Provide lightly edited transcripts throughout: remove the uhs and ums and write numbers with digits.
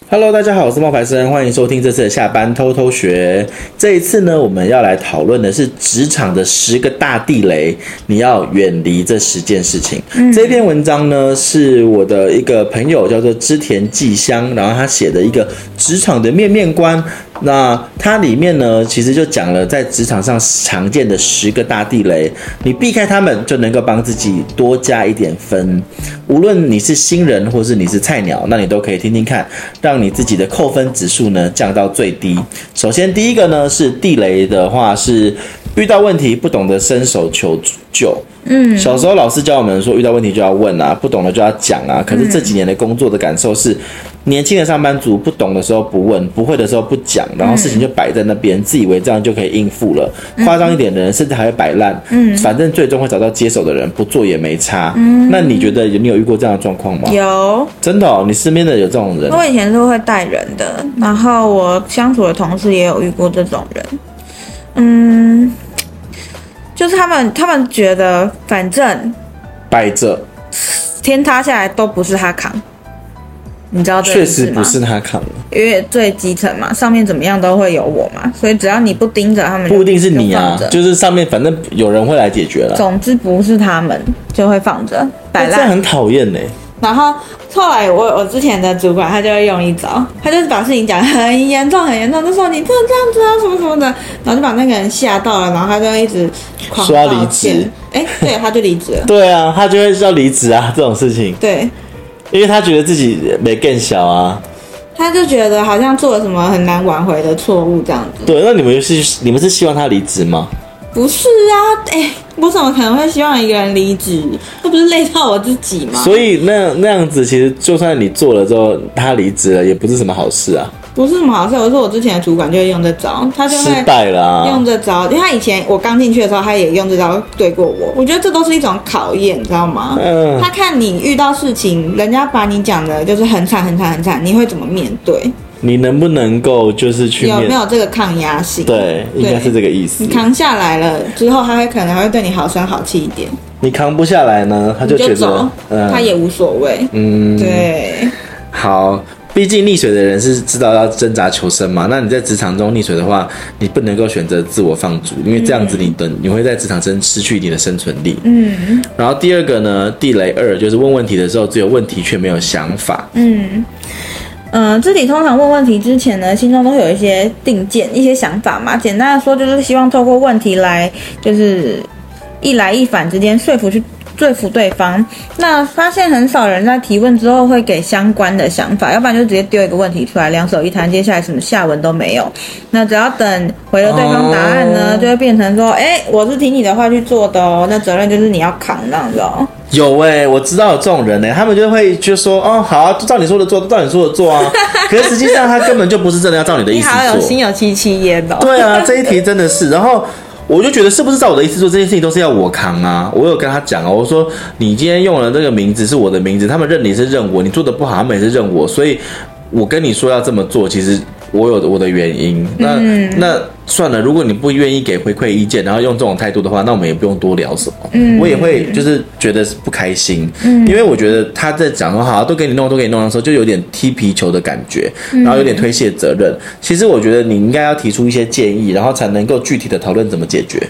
Hello， 大家好，我是冒牌生，欢迎收听这次的下班偷偷学。这一次呢，我们要来讨论的是职场的10个大地雷，你要远离这10件事情。这篇文章呢，是我的一个朋友叫做织田纪香，然后他写的一个职场的面面观。那它里面呢，其实就讲了在职场上常见的10个大地雷，你避开他们，就能够帮自己多加一点分。无论你是新人或是你是菜鸟，那你都可以听听看，让你自己的扣分指数呢降到最低。首先第一个呢是地雷的话，是遇到问题不懂得伸手求救。小时候老师教我们说，遇到问题就要问啊，不懂的就要讲啊。可是这几年的工作的感受是，年轻的上班族不懂的时候不问，不会的时候不讲，然后事情就摆在那边，自以为这样就可以应付了。夸张一点的人甚至还会摆烂，反正最终会找到接手的人，不做也没差。那你觉得你有遇过这样的状况吗？ 有， 真的哦，你身边的有这种人？ 我以前是会带人的，然后我相处的同事也有遇过这种人。就是他们觉得反正摆着天塌下来都不是他扛，你知道这确个意思吗？ 实不是他扛的， 因为最基层嘛，上面怎么样都会有我嘛，所以只要你不盯着他们， 不一定是你啊， 就就是上面反正有人会来解决了。 总之不是他们就会放着摆烂， 这很讨厌呢。 然后后来我之前的主管他就会用一招，他就是把事情讲很严重，就说你不能这样子啊什么什么的，然后就把那个人吓到了，然后他就一直狂说要离职。 对，他就离职了。 对啊，他就会要离职啊，这种事情。 对， 因为他觉得自己没更小啊， 他就觉得好像做了什么很难挽回的错误这样子。 对，那你们是希望他离职吗？ 不是啊，我怎么可能会希望一个人离职？这不是累到我自己吗？ 所以那样子，其实就算你做了之后，他离职了，也不是什么好事啊。 不是什么好事。我说我之前的主管就会用这招，他就会失败了啊， 用这招，因为他以前我刚进去的时候，他也用这招对过我。我觉得这都是一种考验，你知道吗？他看你遇到事情，人家把你讲的就是很惨很惨很惨，你会怎么面对？ 你能不能够就是去有没有这个抗压性？ 对，应该是这个意思。 你扛下来了之后，他可能还会对你好声好气一点。 你扛不下来呢，他就觉得他也无所谓。对。 好，毕竟溺水的人是知道要挣扎求生嘛。那你在职场中溺水的话，你不能够选择自我放逐，因为这样子你会在职场中失去你的生存力。然后第二个呢，地雷2就是问问题的时候只有问题却没有想法。 自己通常问问题之前呢，心中都会有一些定见、一些想法嘛。简单的说，就是希望透过问题来，就是一来一返之间说服对方。那发现很少人在提问之后会给相关的想法，要不然就直接丢一个问题出来，两手一摊，接下来什么下文都没有。那只要等回了对方答案呢，就会变成说，我是听你的话去做的哦，那责任就是你要扛这样子哦。 有我知道有这种人他们就会就说好啊，就照你说的做，照你说的做啊。可是实际上他根本就不是真的要照你的意思做。 你好有心有戚戚焉哦。 对啊，这一题真的是，然后我就觉得是不是照我的意思做，这件事情都是要我扛啊。我有跟他讲我说你今天用了这个名字是我的名字，他们认你是认我，你做的不好他们也是认我，所以我跟你说要这么做，其实我有我的原因。那算了，如果你不愿意给回馈意见，然后用这种态度的话，那我们也不用多聊什么。我也会就是觉得不开心，因为我觉得他在讲说好都给你弄的时候，就有点踢皮球的感觉，然后有点推卸责任。其实我觉得你应该要提出一些建议，然后才能够具体的讨论怎么解决。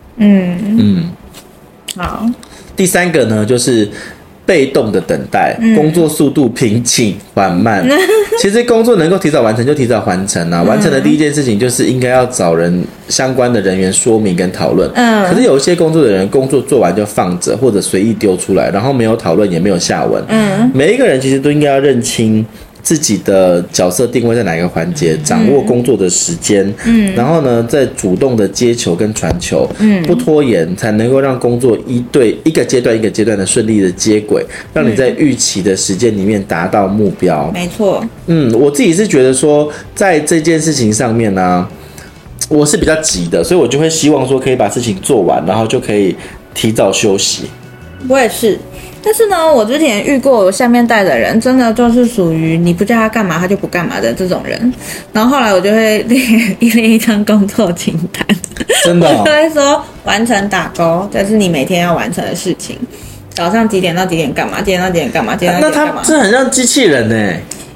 好。 第3个呢，就是被动的等待，工作速度瓶颈缓慢。其实工作能够提早完成就提早完成啊。完成的第一件事情就是应该要找人相关的人员说明跟讨论。可是有一些工作的人，工作做完就放着，或者随意丢出来，然后没有讨论也没有下文。每一个人其实都应该要认清自己的角色定位在哪一个环节，掌握工作的时间，然后呢，再主动的接球跟传球，不拖延，才能够让工作一个阶段一个阶段的顺利的接轨，让你在预期的时间里面达到目标。 没错。 我自己是觉得说，在这件事情上面呢，我是比较急的，所以我就会希望说可以把事情做完，然后就可以提早休息。 我也是。但是呢，我之前遇过我下面带的人，真的就是属于你不叫他干嘛他就不干嘛的这种人。然后后来我就会列一张工作清单， 真的我就会说完成打勾，这是你每天要完成的事情。早上几点到几点干嘛？几点到几点干嘛？几点到几点干嘛？ 那他这很像机器人呢。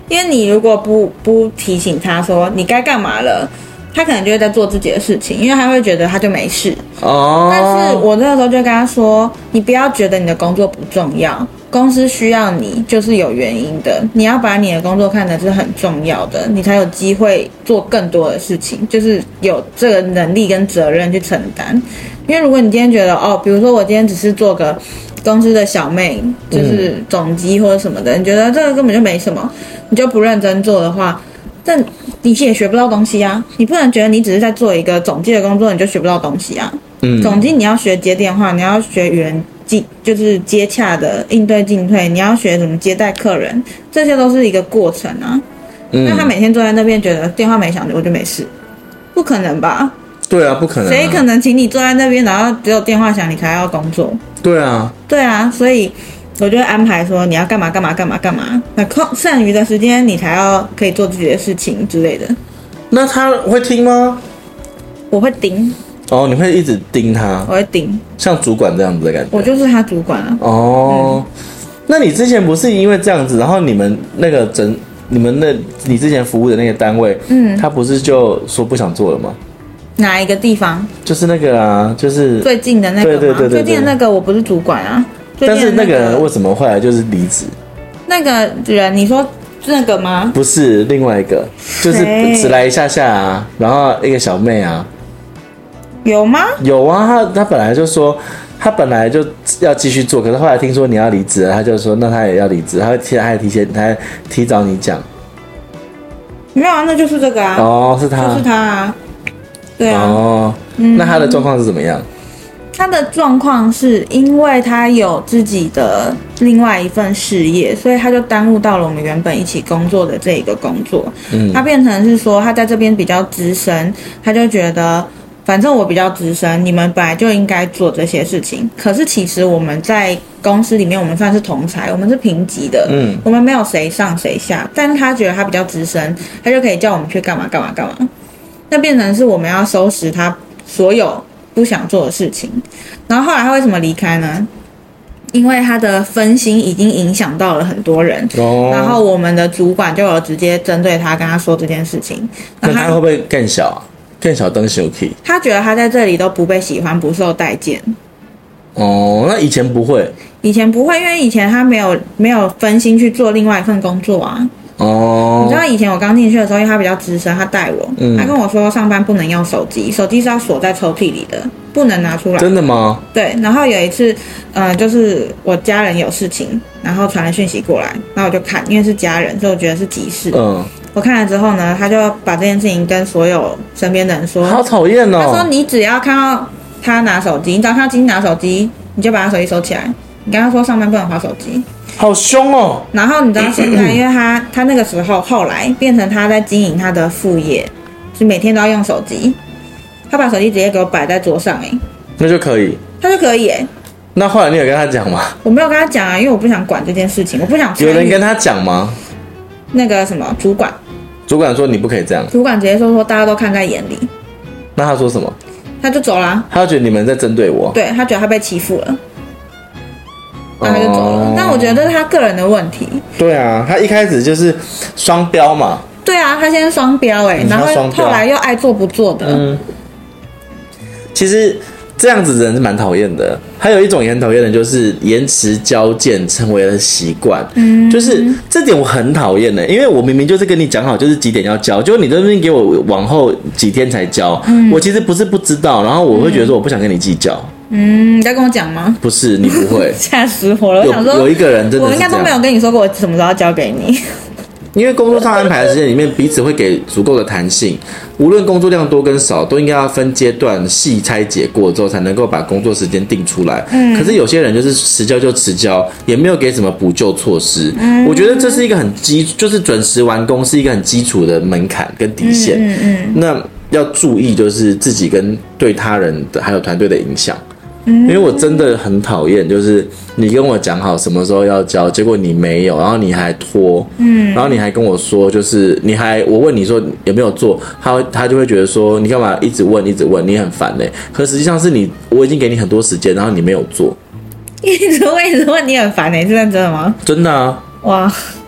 因为你如果不提醒他说你该干嘛了，他可能就会在做自己的事情，因为他会觉得他就没事。但是我那个时候就跟他说，你不要觉得你的工作不重要，公司需要你就是有原因的，你要把你的工作看得是很重要的，你才有机会做更多的事情，就是有这个能力跟责任去承担。因为如果你今天觉得比如说我今天只是做个公司的小妹，就是总机或者什么的，你觉得这个根本就没什么，你就不认真做的话，但你也学不到东西啊。你不能觉得你只是在做一个总机的工作你就学不到东西啊。总机你要学接电话，你要学与人就是接洽的应对进退，你要学怎么接待客人，这些都是一个过程啊。那他每天坐在那边觉得电话没响我就没事，不可能吧？ 对啊，不可能谁可能请你坐在那边然后只有电话响你才要工作？ 对啊，所以我就会安排说你要干嘛干嘛干嘛干嘛，那剩余的时间你才要可以做自己的事情之类的。 那他会听吗？ 我会盯。 你会一直盯他？我会盯， 像主管这样子的感觉。 我就是他主管啊。 那你之前不是因为这样子，然后你们你之前服务的那个单位，他不是就说不想做了吗？ 哪一个地方？ 就是那个啊，就是最近的那个吗？对，最近的那个我不是主管啊。 但是那个人为什么后来就是离职？ 那个人你说那个吗？ 不是，另外一个就是只来一下下啊，然后一个小妹啊。 有吗？ 有啊，他本来就说他本来就要继续做，可是后来听说你要离职了，他就说那他也要离职，他还提早你讲。 没有啊，那就是这个啊。 是他， 就是他啊。对啊。 那他的状况是怎么样？ 他的状况是因为他有自己的另外一份事业，所以他就耽误到了我们原本一起工作的这一个工作。他变成是说他在这边比较资深，他就觉得反正我比较资深，你们本来就应该做这些事情。可是其实我们在公司里面，我们算是同才，我们是平级的，我们没有谁上谁下。但是他觉得他比较资深，他就可以叫我们去干嘛干嘛干嘛。那变成是我们要收拾他所有不想做的事情。然后后来他为什么离开呢？因为他的分心已经影响到了很多人，然后我们的主管就有直接针对他跟他说这件事情。 那他会不会更小啊？更小灯小 key？ 他觉得他在这里都不被喜欢，不受待见。 那以前不会？ 以前不会，因为以前他没有分心去做另外一份工作啊。你知道以前我刚进去的时候，因为他比较资深，他带我，他跟我说上班不能用手机，手机是要锁在抽屉里的，不能拿出来。 真的吗？ 对。然后有一次，就是我家人有事情，然后传了讯息过来，然后我就看，因为是家人，所以我觉得是急事。我看了之后呢，他就把这件事情跟所有身边的人说。 好讨厌哦！ 他说你只要看到他拿手机，你只要看到金拿手机，你就把他手机收起来。你跟他说上班不能滑手机。 好凶哦！ 然后你知道现在，因为他那个时候后来变成他在经营他的副业，是每天都要用手机。他把手机直接给我摆在桌上， 那就可以， 他就可以那后来你有跟他讲吗？ 我没有跟他讲啊，因为我不想管这件事情，我不想参与。 有人跟他讲吗？ 那个什么主管说你不可以这样。 主管直接说大家都看在眼里。 那他说什么？ 他就走了。 他觉得你们在针对我。 对，他觉得他被欺负了。那他就走了。但我觉得这是他个人的问题。 对啊，他一开始就是双标嘛。 对啊，他先双标然后后来又爱做不做的。 其实这样子的人是蛮讨厌的。还有一种也很讨厌的，就是延迟交件成为了习惯。就是这点我很讨厌的，因为我明明就是跟你讲好，就是几点要交，结果你这边给我往后几天才交。我其实不是不知道，然后我会觉得说我不想跟你计较。 你在跟我讲吗？ 不是，你不会。 吓死我了！我想说有一个人真的是这样， 我应该都没有跟你说过我什么时候要交给你。 因为工作上安排的时间里面，彼此会给足够的弹性，无论工作量多跟少，都应该要分阶段细拆解过之后，才能够把工作时间定出来。可是有些人就是迟交就迟交，也没有给什么补救措施。我觉得这是一个就是准时完工是一个很基础的门槛跟底线。那要注意就是自己跟对他人的还有团队的影响。因为我真的很讨厌，就是你跟我讲好什么时候要交，结果你没有，然后你还拖，然后你还跟我说，就是我问你说有没有做，他就会觉得说你干嘛一直问，你很烦嘞。可实际上是我已经给你很多时间，然后你没有做， 一直问你很烦是认真的吗？ 真的啊。 哇，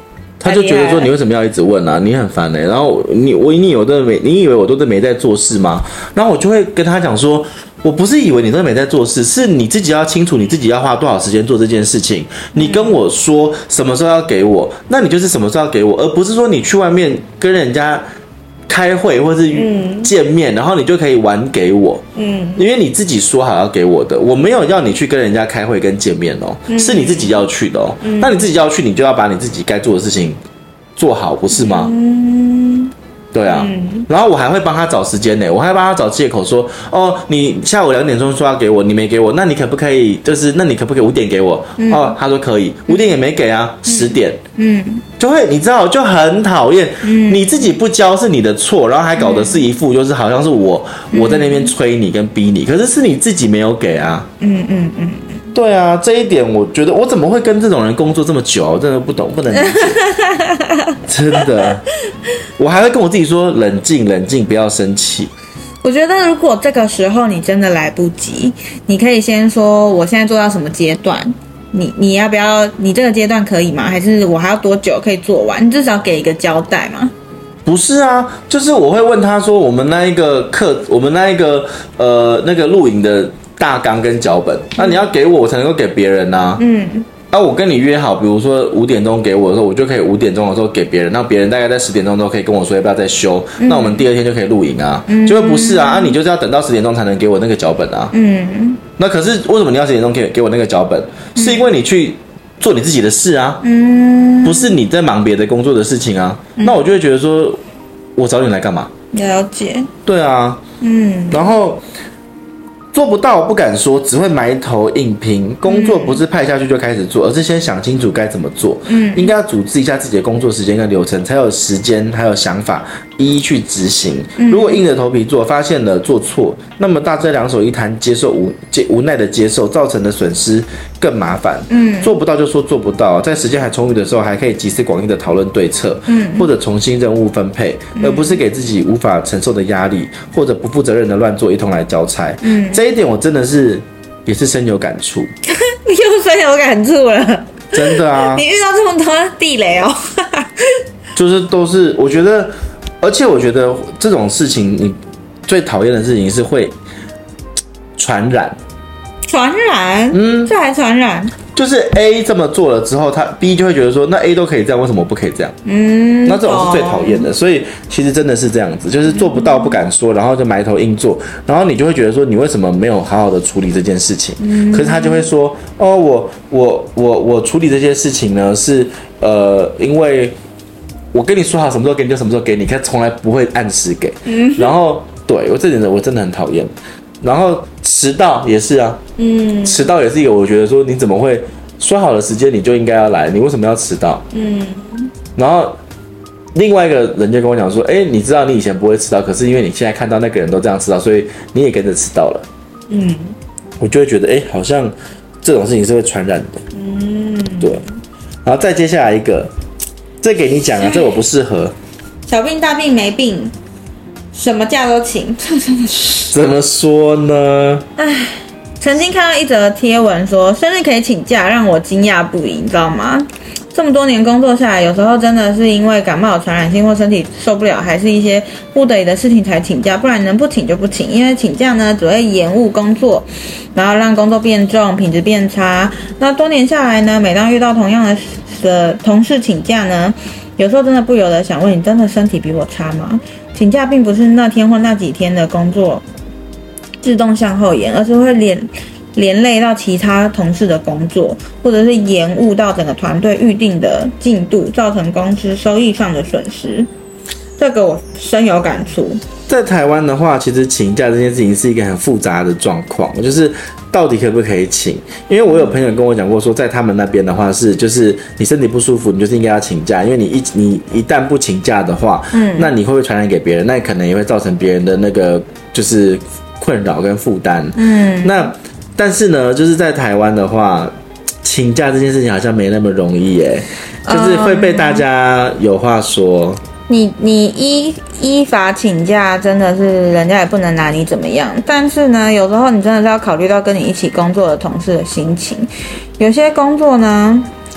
他就觉得说你为什么要一直问啊？你很烦然后你以为我都是没在做事吗？然后我就会跟他讲说，我不是以为你都没在做事，是你自己要清楚你自己要花多少时间做这件事情。你跟我说什么时候要给我，那你就是什么时候要给我，而不是说你去外面跟人家开会或是见面，然后你就可以晚给我。因为你自己说好要给我的，我没有要你去跟人家开会跟见面是你自己要去的那你自己要去，你就要把你自己该做的事情做好，不是吗？对啊，然后我还会帮他找时间呢，我还帮他找借口说，你下午2点钟说要给我，你没给我，那你可不可以那你可不可以5点给我？他说可以，5点也没给啊，10点，就会你知道就很讨厌，你自己不交是你的错，然后还搞得是一副就是好像是我在那边催你跟逼你，可是是你自己没有给啊，对啊，这一点我觉得我怎么会跟这种人工作这么久，我真的不懂，不能理解，真的，我还会跟我自己说冷静冷静，不要生气。 我觉得如果这个时候你真的来不及，你可以先说我现在做到什么阶段，你要不要？你这个阶段可以吗？还是我还要多久可以做完？你至少给一个交代嘛。 不是啊，就是我会问他说，我们那一个那个录影的大纲跟脚本，那你要给我才能够给别人啊。我跟你约好，比如说5点钟给我的时候，我就可以5点钟的时候给别人，那别人大概在10点钟都可以跟我说要不要再修，那我们第二天就可以录影啊。就会不是啊，你就是要等到10点钟才能给我那个脚本啊。那可是为什么你要10点钟给我那个脚本？是因为你去做你自己的事啊，不是你在忙别的工作的事情啊。那我就会觉得说，我找你来干嘛？ 了解。 对啊，然后做不到不敢说，只会埋头硬拼。工作不是派下去就开始做，而是先想清楚该怎么做。应该要组织一下自己的工作时间跟流程，才有时间还有想法一一去执行。如果硬着头皮做，发现了做错，那么大致2手一摊，无奈的接受，造成的损失更麻烦。做不到就说做不到，在时间还充裕的时候，还可以集思广益的讨论对策，或者重新任务分配，而不是给自己无法承受的压力，或者不负责任的乱做，一通来交差。这一点我真的也是深有感触。 你又深有感触了， 真的啊！ 你遇到这么多地雷哦， 就是都是我觉得，而且我觉得这种事情，你最讨厌的事情是会传染。 传染？这还传染？ 就是 A 这么做了之后，他 B 就会觉得说，那 A 都可以这样，为什么我不可以这样？那这种是最讨厌的。所以其实真的是这样子，就是做不到不敢说，然后就埋头硬做，然后你就会觉得说，你为什么没有好好的处理这件事情？可是他就会说，我处理这些事情呢，是因为我跟你说好什么时候给你就什么时候给你，可从来不会按时给。然后对我这点我真的很讨厌。然后迟到也是啊，迟到也是一个，我觉得说你怎么会说好的时间你就应该要来，你为什么要迟到？然后另外一个人就跟我讲说，你知道你以前不会迟到，可是因为你现在看到那个人都这样迟到，所以你也跟着迟到了。我就会觉得，好像这种事情是会传染的。对。然后再接下来一个，这给你讲啊，这我不适合。 小病大病没病。什么假都请，这真的是怎么说呢？ 曾经看到一则贴文说，生日可以请假，让我惊讶不已，你知道吗？这么多年工作下来，有时候真的是因为感冒有传染性或身体受不了，还是一些不得已的事情才请假，不然能不请就不请。因为请假呢，只会延误工作，然后让工作变重，品质变差。那多年下来呢，每当遇到同样的同事请假呢，有时候真的不由得想问，你真的身体比我差吗？请假并不是那天或那几天的工作自动向后延，而是会连累到其他同事的工作，或者是延误到整个团队预定的进度，造成公司收益上的损失。这个我深有感触。 在台湾的话，其实请假这件事情是一个很复杂的状况，就是到底可不可以请？因为我有朋友跟我讲过说，在他们那边的话就是你身体不舒服，你就是应该要请假，因为你一旦不请假的话，那你会不会传染给别人？那可能也会造成别人的那个就是困扰跟负担。那但是呢，就是在台湾的话，请假这件事情好像没那么容易耶，就是会被大家有话说。 你依法请假，真的是人家也不能拿你怎么样。但是呢，有时候你真的是要考虑到跟你一起工作的同事的心情。有些工作呢，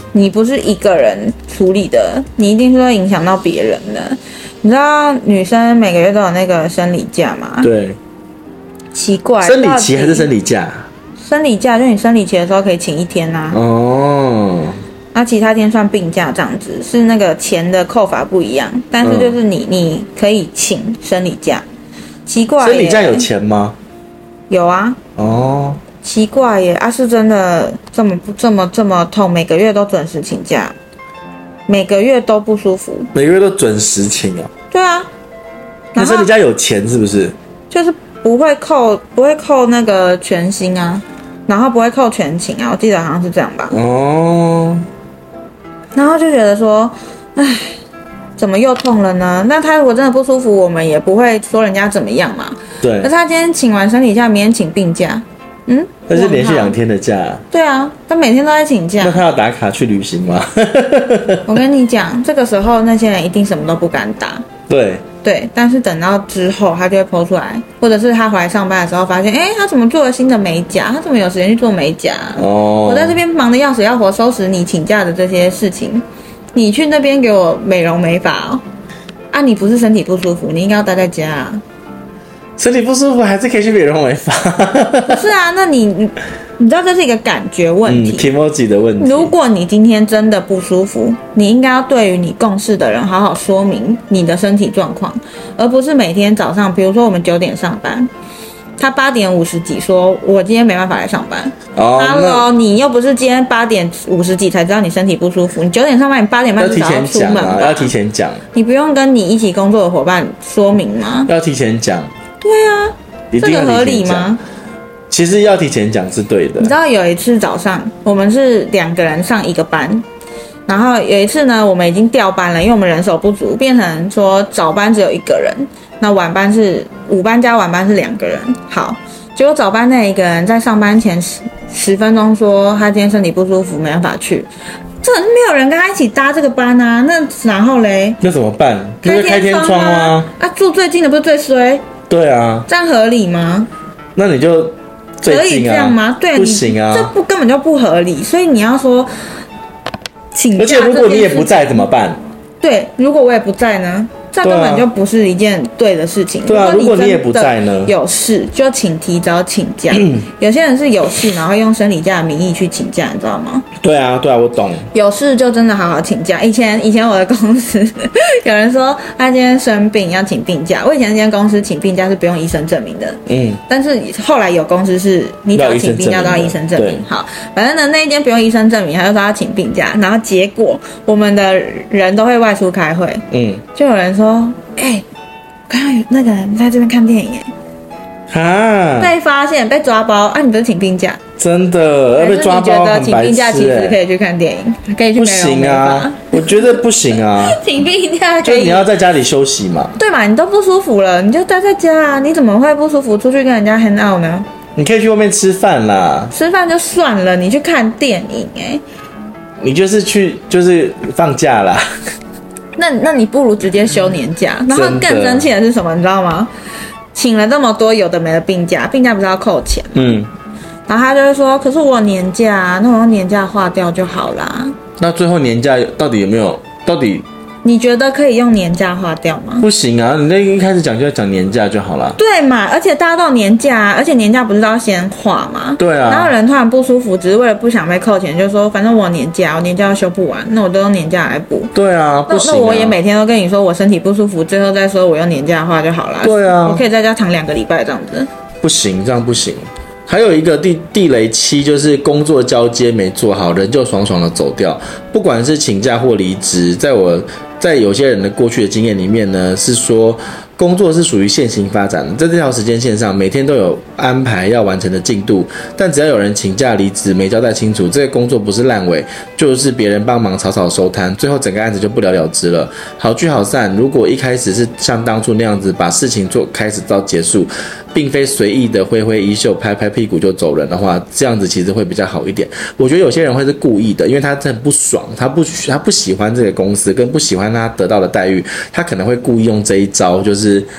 你不是一个人处理的，你一定是会影响到别人的。你知道女生每个月都有那个生理假吗？ 对， 奇怪， 生理期还是生理假？ 生理假就你生理期的时候可以请1天啊。 哦， 那其他天算病假这样子，是那个钱的扣法不一样，但是就是你可以请生理假。奇怪耶， 生理假有钱吗？ 有啊。 哦， 奇怪耶，是真的这么痛，每个月都准时请假，每个月都不舒服， 每个月都准时请啊？ 对啊。 那生理假有钱是不是？ 就是不会扣那个全薪啊，然后不会扣全勤啊，我记得好像是这样吧。 哦。 然后就觉得说，唉，怎么又痛了呢？那他如果真的不舒服，我们也不会说人家怎么样嘛。 对。 那他今天请完生理假，明天请病假， 但是连续2天的假。 对啊，他每天都在请假。 那他要打卡去旅行吗？ 我跟你讲，这个时候那些人一定什么都不敢打。对，但是等到之后他就会 po 出来，或者是他回来上班的时候发现，他怎么做了新的美甲？他怎么有时间去做美甲？我在这边忙得要死要活，收拾你请假的这些事情，你去那边给我美容美发你不是身体不舒服，你应该要待在家啊。 身体不舒服还是可以去美容美发。 不是啊，那你知道这是一个感觉问题 ，emoji 的问题。 如果你今天真的不舒服，你应该要对于你共事的人好好说明你的身体状况，而不是每天早上，比如说我们9点上班，他8点50几说我今天没办法来上班。Hello， 你又不是今天8点50几才知道你身体不舒服，你9点上班，你8点半至少要出门吧？ 要提前讲。 你不用跟你一起工作的伙伴说明吗？ 要提前讲。 对啊，这个合理吗？ 其实要提前讲是对的。 你知道有一次早上我们是2个人上一个班，然后有一次呢我们已经调班了，因为我们人手不足，变成说早班只有1个人，那晚班是午班加晚班是2个人。好，结果早班那一个人在上班前10分钟说他今天身体不舒服没办法去，这没有人跟他一起搭这个班啊，那然后嘞？ 那怎么办？开天窗吗？ 住最近的不是最衰？ 对啊， 这样合理吗？ 那你就最近可以这样吗？对， 不行啊， 这根本就不合理。所以你要说请假， 而且如果你也不在怎么办？ 对，如果我也不在呢？这根本就不是一件对的事情。 对啊，如果你也不在呢？ 有事就请提早请假。有些人是有事，然后用生理假的名义去请假，你知道吗？ 对啊，我懂。 有事就真的好好请假。以前我的公司有人说他今天生病要请病假，我以前那间公司请病假是不用医生证明的。但是后来有公司是你只要请病假都要医生证明。好，反正呢那一间不用医生证明，他就说他请病假，然后结果我们的人都会外出开会。就有人说，我看到有那个人在这边看电影被发现被抓包你不是请病假？真的要被抓包，很白痴。请病假其实可以去看电影，可以去美容美发。 我觉得不行啊。 请病假可以， 就你要在家里休息嘛。对嘛， 你都不舒服了，你就待在家啊，你怎么会不舒服出去跟人家 hang out 呢？ 你可以去外面吃饭啦。吃饭就算了，你去看电影你就是放假啦。那你不如直接休年假。然后更生气的是什么，你知道吗？请了这么多有的没的病假，病假不是要扣钱吗？然后他就会说，可是我有年假，那我用年假划掉就好啦。那最后年假到底有没有？你觉得可以用年假划掉吗？不行啊，你那一开始讲就要讲年假就好了。对嘛，而且大家都有年假，而且年假不是都要先划吗？对啊。然后人突然不舒服，只是为了不想被扣钱，就说反正我年假，我年假要休不完，那我都用年假来补。对啊，不行啊。那我也每天都跟你说我身体不舒服，最后再说我用年假划就好了。对啊，我可以在家躺2个礼拜这样子。不行，这样不行。还有一个地雷7，就是工作交接没做好，人就爽爽的走掉。不管是请假或离职，在有些人的过去的经验里面呢，是说工作是属于线性发展的，在这条时间线上，每天都有安排要完成的进度，但只要有人请假离职没交代清楚，这个工作不是烂尾，就是别人帮忙草草收摊，最后整个案子就不了了之了，好聚好散。如果一开始是像当初那样子把事情做开始到结束，并非随意的挥挥衣袖拍拍屁股就走人的话，这样子其实会比较好一点。我觉得有些人会是故意的，因为他真的不爽，他不喜欢这个公司，跟不喜欢他得到的待遇，他可能会故意用这一招，就是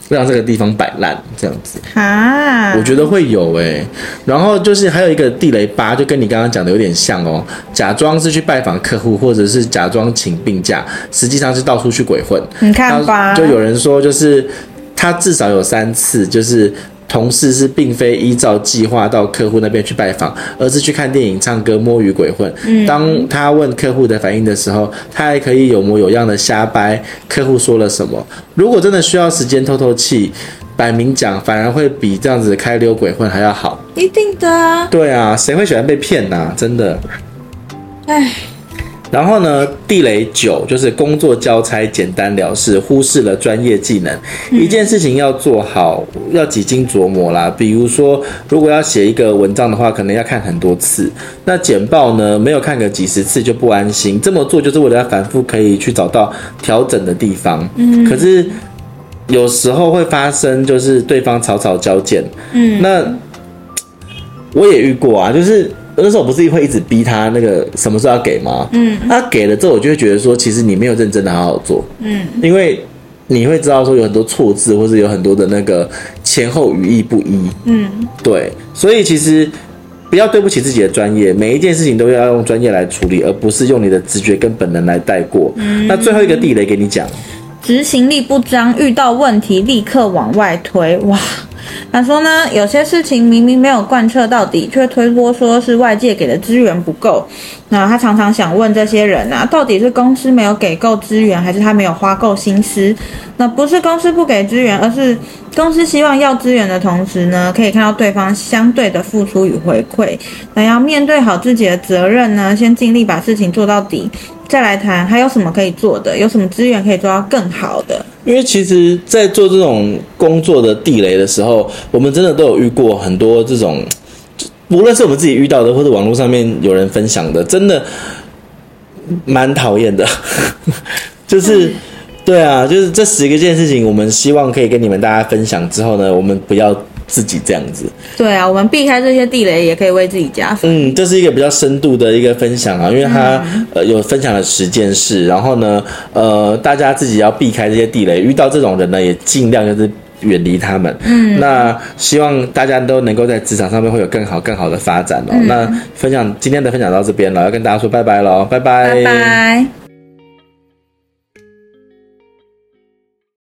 让这个地方摆烂这样子。 啊， 我觉得会有然后就是还有一个地雷8，就跟你刚刚讲的有点像哦，假装是去拜访客户，或者是假装请病假，实际上是到处去鬼混。 你看吧， 就有人说，就是他至少有3次，就是同事是并非依照计划到客户那边去拜访，而是去看电影、唱歌、摸鱼、鬼混。当他问客户的反应的时候，他还可以有模有样的瞎掰客户说了什么。如果真的需要时间透透气，摆明讲，反而会比这样子开溜鬼混还要好。 一定的啊。 对啊，谁会喜欢被骗啊？真的。 唉。 然后呢，地雷9就是工作交差简单了事，忽视了专业技能。一件事情要做好，要几经琢磨啦。比如说，如果要写一个文章的话，可能要看很多次。那简报呢，没有看个几10次就不安心。这么做就是为了要反复可以去找到调整的地方。可是有时候会发生，就是对方草草交件。那我也遇过啊，就是那时候我不是会一直逼他那个什么时候要给吗？他给了之后，我就会觉得说，其实你没有认真的好好做。因为你会知道说有很多错字，或是有很多的那个前后语义不一。对，所以其实不要对不起自己的专业，每一件事情都要用专业来处理，而不是用你的直觉跟本能来带过。那最后一个地雷给你讲， 执行力不彰，遇到问题立刻往外推。哇！他说呢，有些事情明明没有贯彻到底，却推脱说是外界给的资源不够。那他常常想问这些人啊，到底是公司没有给够资源，还是他没有花够心思？那不是公司不给资源，而是公司希望要资源的同时呢，可以看到对方相对的付出与回馈。那要面对好自己的责任呢，先尽力把事情做到底，再来谈还有什么可以做的，有什么资源可以做到更好的。 因为其实在做这种工作的地雷的时候，我们真的都有遇过很多这种，无论是我们自己遇到的，或者网络上面有人分享的，真的蛮讨厌的。就是对啊，就是这10件事情，我们希望可以跟你们大家分享之后呢，我们不要自己这样子。 对啊，我们避开这些地雷，也可以为自己加分。 这是一个比较深度的一个分享啊，因为他有分享了10件事，然后呢，大家自己要避开这些地雷，遇到这种人呢，也尽量就是远离他们。那希望大家都能够在职场上面会有更好的发展哦。那今天的分享到这边了，要跟大家说拜拜咯，拜拜。 拜拜。